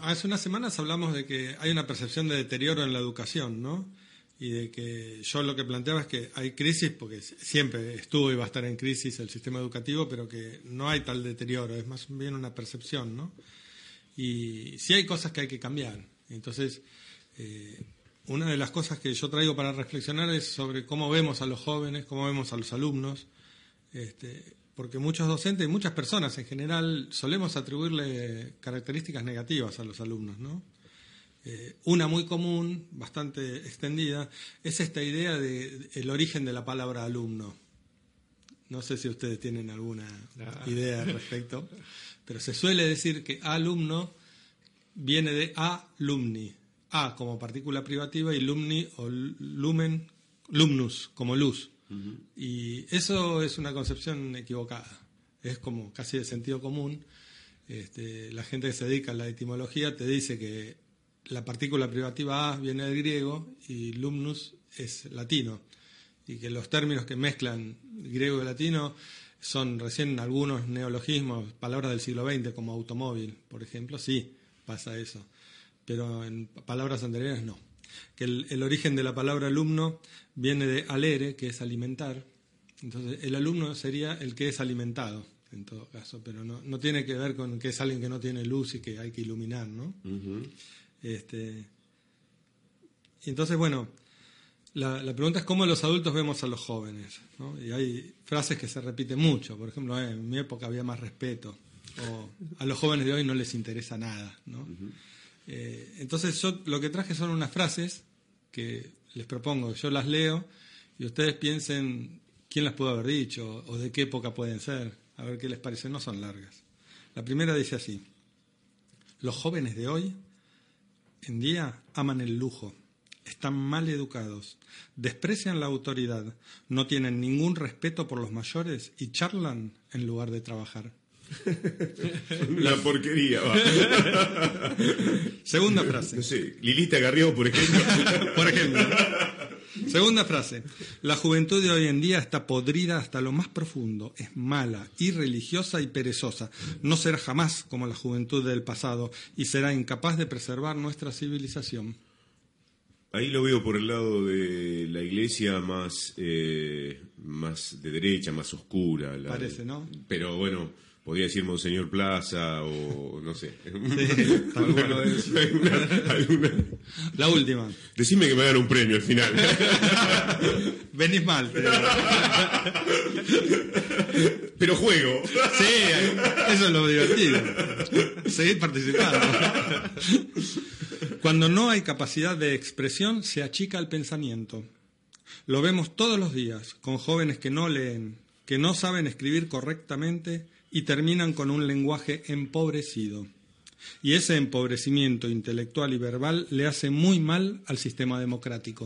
Hace unas semanas hablamos de que hay una percepción de deterioro en la educación, ¿no? Y de que yo lo que planteaba es que hay crisis, porque siempre estuvo y va a estar en crisis el sistema educativo, pero que no hay tal deterioro, es más bien una percepción, ¿no? Y sí hay cosas que hay que cambiar. Entonces, una de las cosas que yo traigo para reflexionar es sobre cómo vemos a los jóvenes, cómo vemos a los alumnos, porque muchos docentes y muchas personas en general solemos atribuirle características negativas a los alumnos, ¿no? Una muy común, bastante extendida, es esta idea de el origen de la palabra alumno. No sé si ustedes tienen alguna idea al respecto, pero se suele decir que alumno viene de alumni, a como partícula privativa y lumni o lumen, lumnus, como luz. Uh-huh. Y eso es una concepción equivocada, es como casi de sentido común. La gente que se dedica a la etimología te dice que la partícula privativa a viene del griego y lumnus es latino, y que los términos que mezclan griego y latino son recién algunos neologismos, palabras del siglo XX como automóvil, por ejemplo, sí pasa eso, pero en palabras anteriores no. Que el origen de la palabra alumno viene de alere, que es alimentar, entonces el alumno sería el que es alimentado en todo caso, pero no tiene que ver con que es alguien que no tiene luz y que hay que iluminar, ¿no? Uh-huh. Entonces, bueno, la pregunta es cómo los adultos vemos a los jóvenes, ¿no? Y hay frases que se repiten mucho, por ejemplo, en mi época había más respeto, o a los jóvenes de hoy no les interesa nada, ¿no? Uh-huh. Entonces yo lo que traje son unas frases que les propongo, yo las leo y ustedes piensen quién las pudo haber dicho o de qué época pueden ser, a ver qué les parece, no son largas. La primera dice así: los jóvenes de hoy en día aman el lujo, están mal educados, desprecian la autoridad, no tienen ningún respeto por los mayores y charlan en lugar de trabajar. Una porquería, va. Segunda frase. No sé, Lilita Garrió, por ejemplo. Por ejemplo. Segunda frase. La juventud de hoy en día está podrida hasta lo más profundo, es mala, irreligiosa y perezosa. No será jamás como la juventud del pasado y será incapaz de preservar nuestra civilización. Ahí lo veo por el lado de la iglesia más de derecha, más oscura. Parece, ¿no? Pero bueno, podría decir Monseñor Plaza o no sé. Sí, alguna. La última. Decime que me dan un premio al final. Venís mal. Pero juego. Sí, eso es lo divertido. Seguir participando. Cuando no hay capacidad de expresión, se achica el pensamiento. Lo vemos todos los días, con jóvenes que no leen, que no saben escribir correctamente y terminan con un lenguaje empobrecido. Y ese empobrecimiento intelectual y verbal le hace muy mal al sistema democrático.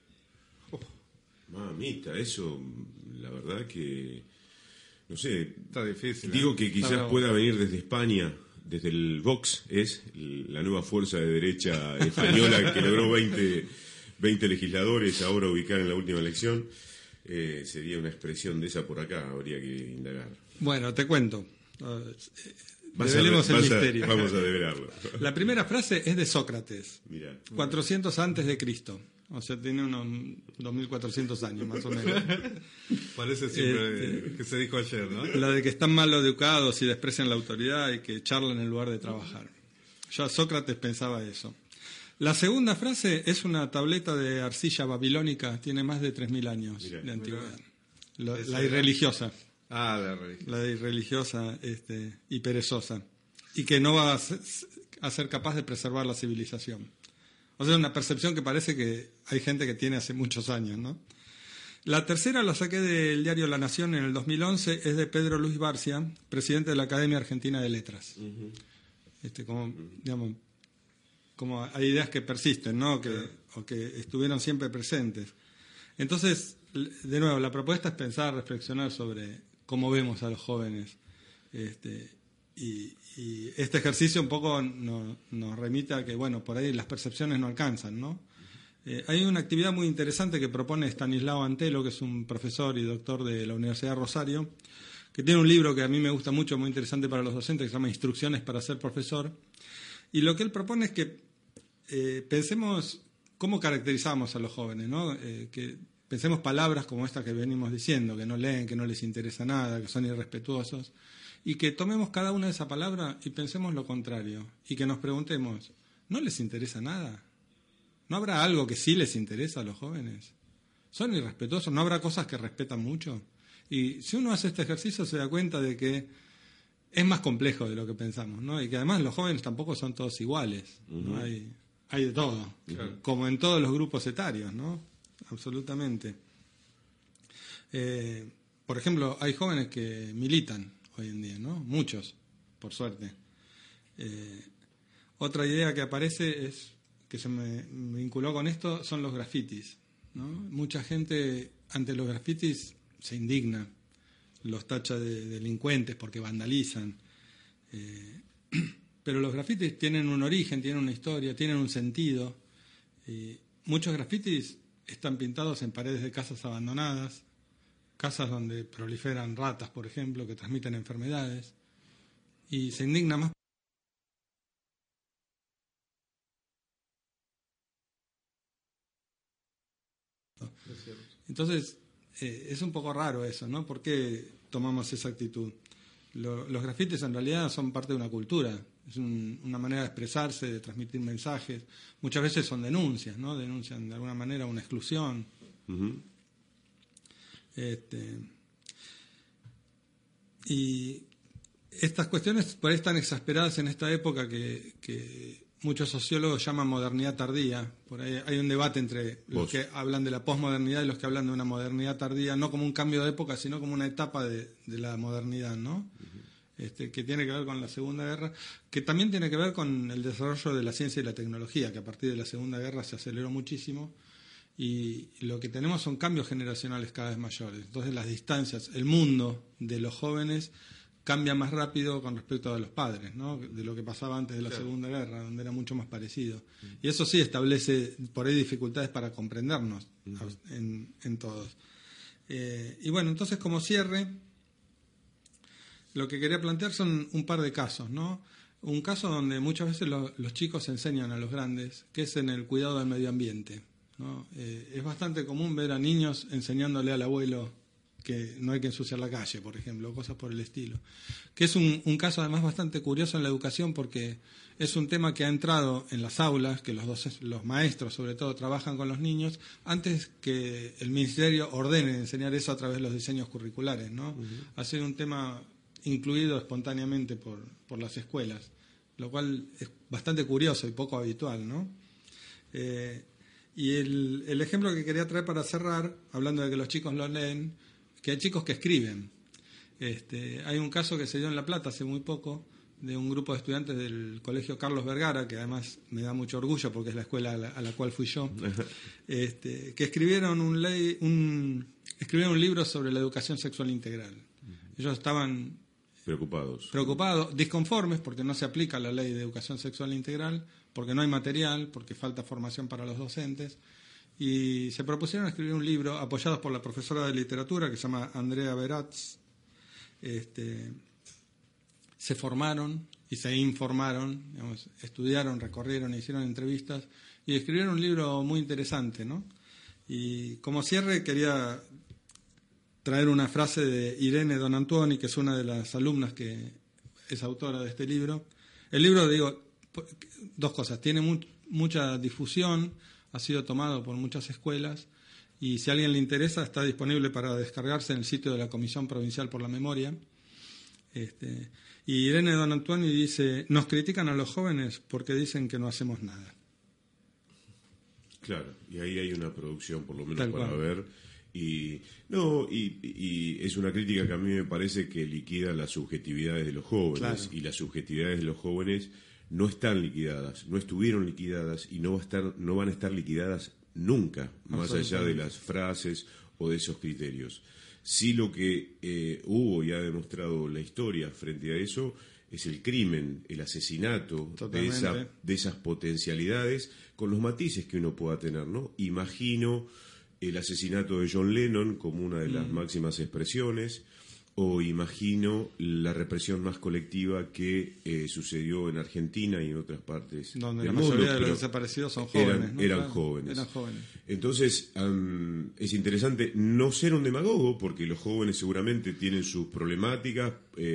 Mamita, eso, la verdad que, no sé, está difícil. Digo que quizás pueda venir desde España, desde el Vox, es la nueva fuerza de derecha española que logró 20 legisladores ahora ubicar en la última elección. Sería una expresión de esa por acá, habría que indagar. Bueno, te cuento. Develemos el misterio. Vamos a develarlo. La primera frase es de Sócrates, Mirá. 400 antes de Cristo. O sea, tiene unos 2400 años, más o menos. Parece siempre que se dijo ayer, ¿no? La de que están mal educados y desprecian la autoridad y que charlan en lugar de trabajar. Ya Sócrates pensaba eso. La segunda frase es una tableta de arcilla babilónica, tiene más de 3000 años de antigüedad. La irreligiosa. La religiosa. La irreligiosa y perezosa. Y que no va a ser capaz de preservar la civilización. O sea, una percepción que parece que hay gente que tiene hace muchos años, ¿no? La tercera la saqué del diario La Nación en el 2011, es de Pedro Luis Barcia, presidente de la Academia Argentina de Letras. Uh-huh. Digamos, como hay ideas que persisten, ¿no? O que estuvieron siempre presentes. Entonces, de nuevo, la propuesta es pensar, reflexionar sobre cómo vemos a los jóvenes. Y este ejercicio un poco nos remite a que, bueno, por ahí las percepciones no alcanzan, ¿no? Hay una actividad muy interesante que propone Estanislao Antelo, que es un profesor y doctor de la Universidad de Rosario, que tiene un libro que a mí me gusta mucho, muy interesante para los docentes, que se llama Instrucciones para ser profesor, Y lo que él propone es que pensemos cómo caracterizamos a los jóvenes, ¿no? Que pensemos palabras como esta que venimos diciendo, que no leen, que no les interesa nada, que son irrespetuosos, y que tomemos cada una de esas palabras y pensemos lo contrario, y que nos preguntemos, ¿no les interesa nada? ¿No habrá algo que sí les interesa a los jóvenes? ¿Son irrespetuosos? ¿No habrá cosas que respetan mucho? Y si uno hace este ejercicio se da cuenta de que es más complejo de lo que pensamos, ¿no? Y que además los jóvenes tampoco son todos iguales, ¿no? Hay de todo, como en todos los grupos etarios, ¿no? Absolutamente. Por ejemplo, hay jóvenes que militan hoy en día, ¿no? Muchos, por suerte. Otra idea que aparece es, que se me vinculó con esto, son los grafitis, ¿no? Mucha gente ante los grafitis se indigna, los tacha de delincuentes porque vandalizan. Pero los grafitis tienen un origen, tienen una historia, tienen un sentido. Muchos grafitis están pintados en paredes de casas abandonadas, casas donde proliferan ratas, por ejemplo, que transmiten enfermedades, y se indigna más. Entonces, es un poco raro eso, ¿no? ¿Por qué tomamos esa actitud? Los grafitis en realidad son parte de una cultura, es una manera de expresarse, de transmitir mensajes. Muchas veces son denuncias, ¿no? Denuncian de alguna manera una exclusión. Y estas cuestiones por ahí están exasperadas en esta época que muchos sociólogos llaman modernidad tardía. Por ahí hay un debate entre los que hablan de la posmodernidad y los que hablan de una modernidad tardía, no como un cambio de época, sino como una etapa de la modernidad, ¿no? Que tiene que ver con la Segunda Guerra, que también tiene que ver con el desarrollo de la ciencia y la tecnología, que a partir de la Segunda Guerra se aceleró muchísimo, y lo que tenemos son cambios generacionales cada vez mayores. Entonces las distancias, el mundo de los jóvenes cambia más rápido con respecto a los padres, ¿no? De lo que pasaba antes de la Segunda Guerra, donde era mucho más parecido. Y eso sí establece por ahí dificultades para comprendernos en todos. Y bueno, entonces como cierre, lo que quería plantear son un par de casos, ¿no? Un caso donde muchas veces los chicos enseñan a los grandes, que es en el cuidado del medio ambiente, ¿no? Es bastante común ver a niños enseñándole al abuelo que no hay que ensuciar la calle, por ejemplo, cosas por el estilo. Que es un caso además bastante curioso en la educación porque es un tema que ha entrado en las aulas, que los maestros sobre todo trabajan con los niños, antes que el ministerio ordene enseñar eso a través de los diseños curriculares, ¿no? Ha sido un tema incluido espontáneamente por las escuelas, lo cual es bastante curioso y poco habitual, ¿no? Y el ejemplo que quería traer para cerrar, hablando de que los chicos lo leen, que hay chicos que escriben. Hay un caso que se dio en La Plata hace muy poco, de un grupo de estudiantes del Colegio Carlos Vergara, que además me da mucho orgullo porque es la escuela a la cual fui yo, que escribieron escribieron un libro sobre la educación sexual integral. Ellos estaban preocupados, disconformes porque no se aplica la ley de educación sexual integral, porque no hay material, porque falta formación para los docentes, y se propusieron escribir un libro apoyados por la profesora de literatura que se llama Andrea Beratz. Se formaron y se informaron, digamos, estudiaron, recorrieron, hicieron entrevistas y escribieron un libro muy interesante, ¿no? Y como cierre quería traer una frase de Irene Donantuoni, que es una de las alumnas que es autora de este libro. El libro, digo, dos cosas, tiene mucha difusión, ha sido tomado por muchas escuelas y si a alguien le interesa está disponible para descargarse en el sitio de la Comisión Provincial por la Memoria. Y Irene Donantuoni dice, nos critican a los jóvenes porque dicen que no hacemos nada. Claro, y ahí hay una producción por lo menos Tal para cual. ver. Y es una crítica que a mí me parece que liquida las subjetividades de los jóvenes. Claro. Y las subjetividades de los jóvenes no están liquidadas, no estuvieron liquidadas y no van a estar liquidadas nunca, más allá de las frases o de esos criterios. Sí, lo que hubo y ha demostrado la historia frente a eso es el crimen, el asesinato de esas potencialidades, con los matices que uno pueda tener, ¿no? Imagino el asesinato de John Lennon como una de las máximas expresiones, o imagino la represión más colectiva que sucedió en Argentina y en otras partes donde del la mundo, mayoría de los pero desaparecidos son jóvenes, ¿no? eran Claro, jóvenes. eran jóvenes. Entonces, es interesante no ser un demagogo, porque los jóvenes seguramente tienen sus problemáticas,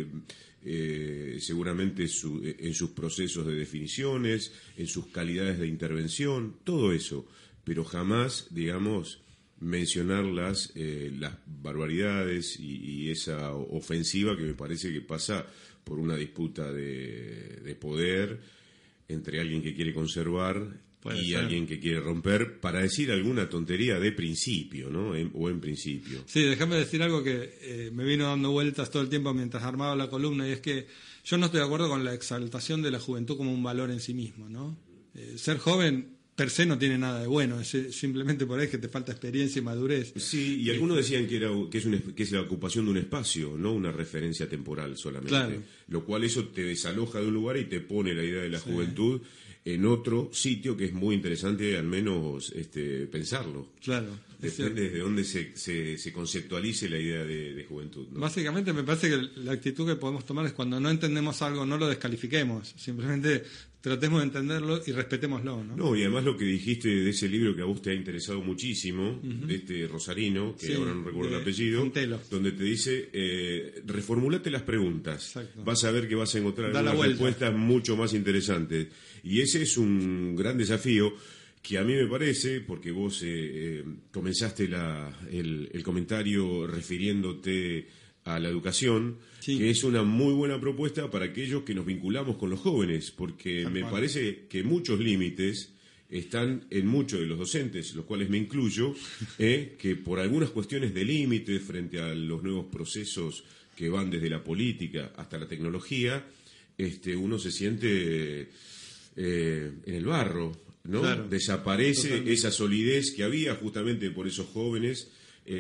seguramente en sus procesos de definiciones, en sus calidades de intervención, todo eso, pero jamás, digamos, mencionar las barbaridades y esa ofensiva que me parece que pasa por una disputa de poder entre alguien que quiere conservar y alguien que quiere romper, para decir alguna tontería de principio, ¿no? O en principio. Sí, déjame decir algo que me vino dando vueltas todo el tiempo mientras armaba la columna, y es que yo no estoy de acuerdo con la exaltación de la juventud como un valor en sí mismo, ¿no? Ser joven per se no tiene nada de bueno, es simplemente por ahí que te falta experiencia y madurez. Sí, y algunos decían que es la ocupación de un espacio, no una referencia temporal solamente. Claro. Lo cual eso te desaloja de un lugar y te pone la idea de la juventud en otro sitio que es muy interesante, al menos pensarlo. Claro. Depende de dónde se conceptualice la idea de juventud, ¿no? Básicamente me parece que la actitud que podemos tomar es cuando no entendemos algo, no lo descalifiquemos, simplemente tratemos de entenderlo y respetémoslo, ¿no? No, y además lo que dijiste de ese libro que a vos te ha interesado muchísimo, de este rosarino, que ahora no recuerdo el apellido, Antelo, donde te dice, reformulate las preguntas. Exacto. Vas a ver que vas a encontrar Da la algunas vuelta. respuestas mucho más interesantes. Y ese es un gran desafío que a mí me parece, porque vos comenzaste el comentario refiriéndote a la educación, sí, que es una muy buena propuesta para aquellos que nos vinculamos con los jóvenes, porque Tal me cual. parece que muchos límites están en muchos de los docentes, los cuales me incluyo, que por algunas cuestiones de límites frente a los nuevos procesos que van desde la política hasta la tecnología, uno se siente en el barro, ¿no? Claro. Desaparece Totalmente. esa solidez que había justamente por esos jóvenes,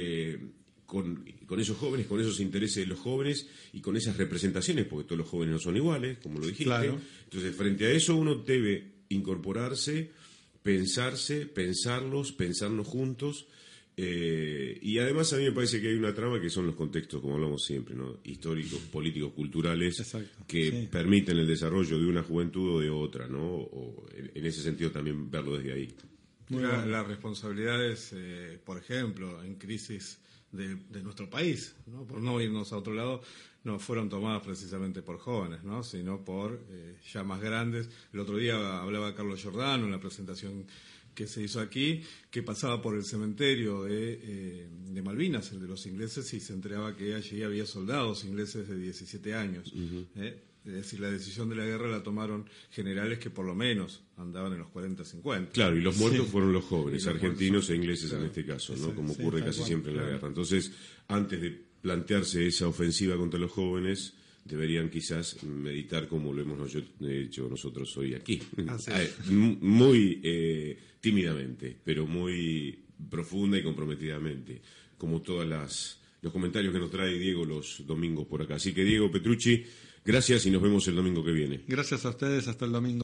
con esos jóvenes, con esos intereses de los jóvenes y con esas representaciones, porque todos los jóvenes no son iguales, como lo dijiste. Claro. Entonces, frente a eso uno debe incorporarse, pensarnos juntos. Y además a mí me parece que hay una trama que son los contextos, como hablamos siempre, ¿no? Históricos, políticos, culturales, Exacto. que Sí. permiten el desarrollo de una juventud o de otra, ¿no? O en ese sentido también verlo desde ahí. Muy bueno. Las responsabilidades, por ejemplo, en crisis de nuestro país, ¿no? Por no irnos a otro lado, no fueron tomadas precisamente por jóvenes, ¿no? Sino por ya más grandes. El otro día hablaba Carlos Giordano en la presentación que se hizo aquí, que pasaba por el cementerio de Malvinas, el de los ingleses, y se enteraba que allí había soldados ingleses de 17 años. Es decir, la decisión de la guerra la tomaron generales que por lo menos andaban en los 40, 50. Claro, y los muertos Sí. fueron los jóvenes, Y los argentinos muertos e ingleses claro. en este caso, ¿no? Exacto. Como Sí, ocurre tal casi cual. siempre en la Claro. guerra. Entonces, antes de plantearse esa ofensiva contra los jóvenes, deberían quizás meditar como lo hemos hecho nosotros hoy aquí. Así es. Muy tímidamente, pero muy profunda y comprometidamente, como todos los comentarios que nos trae Diego los domingos por acá. Así que Diego Petrucci, gracias y nos vemos el domingo que viene. Gracias a ustedes, hasta el domingo.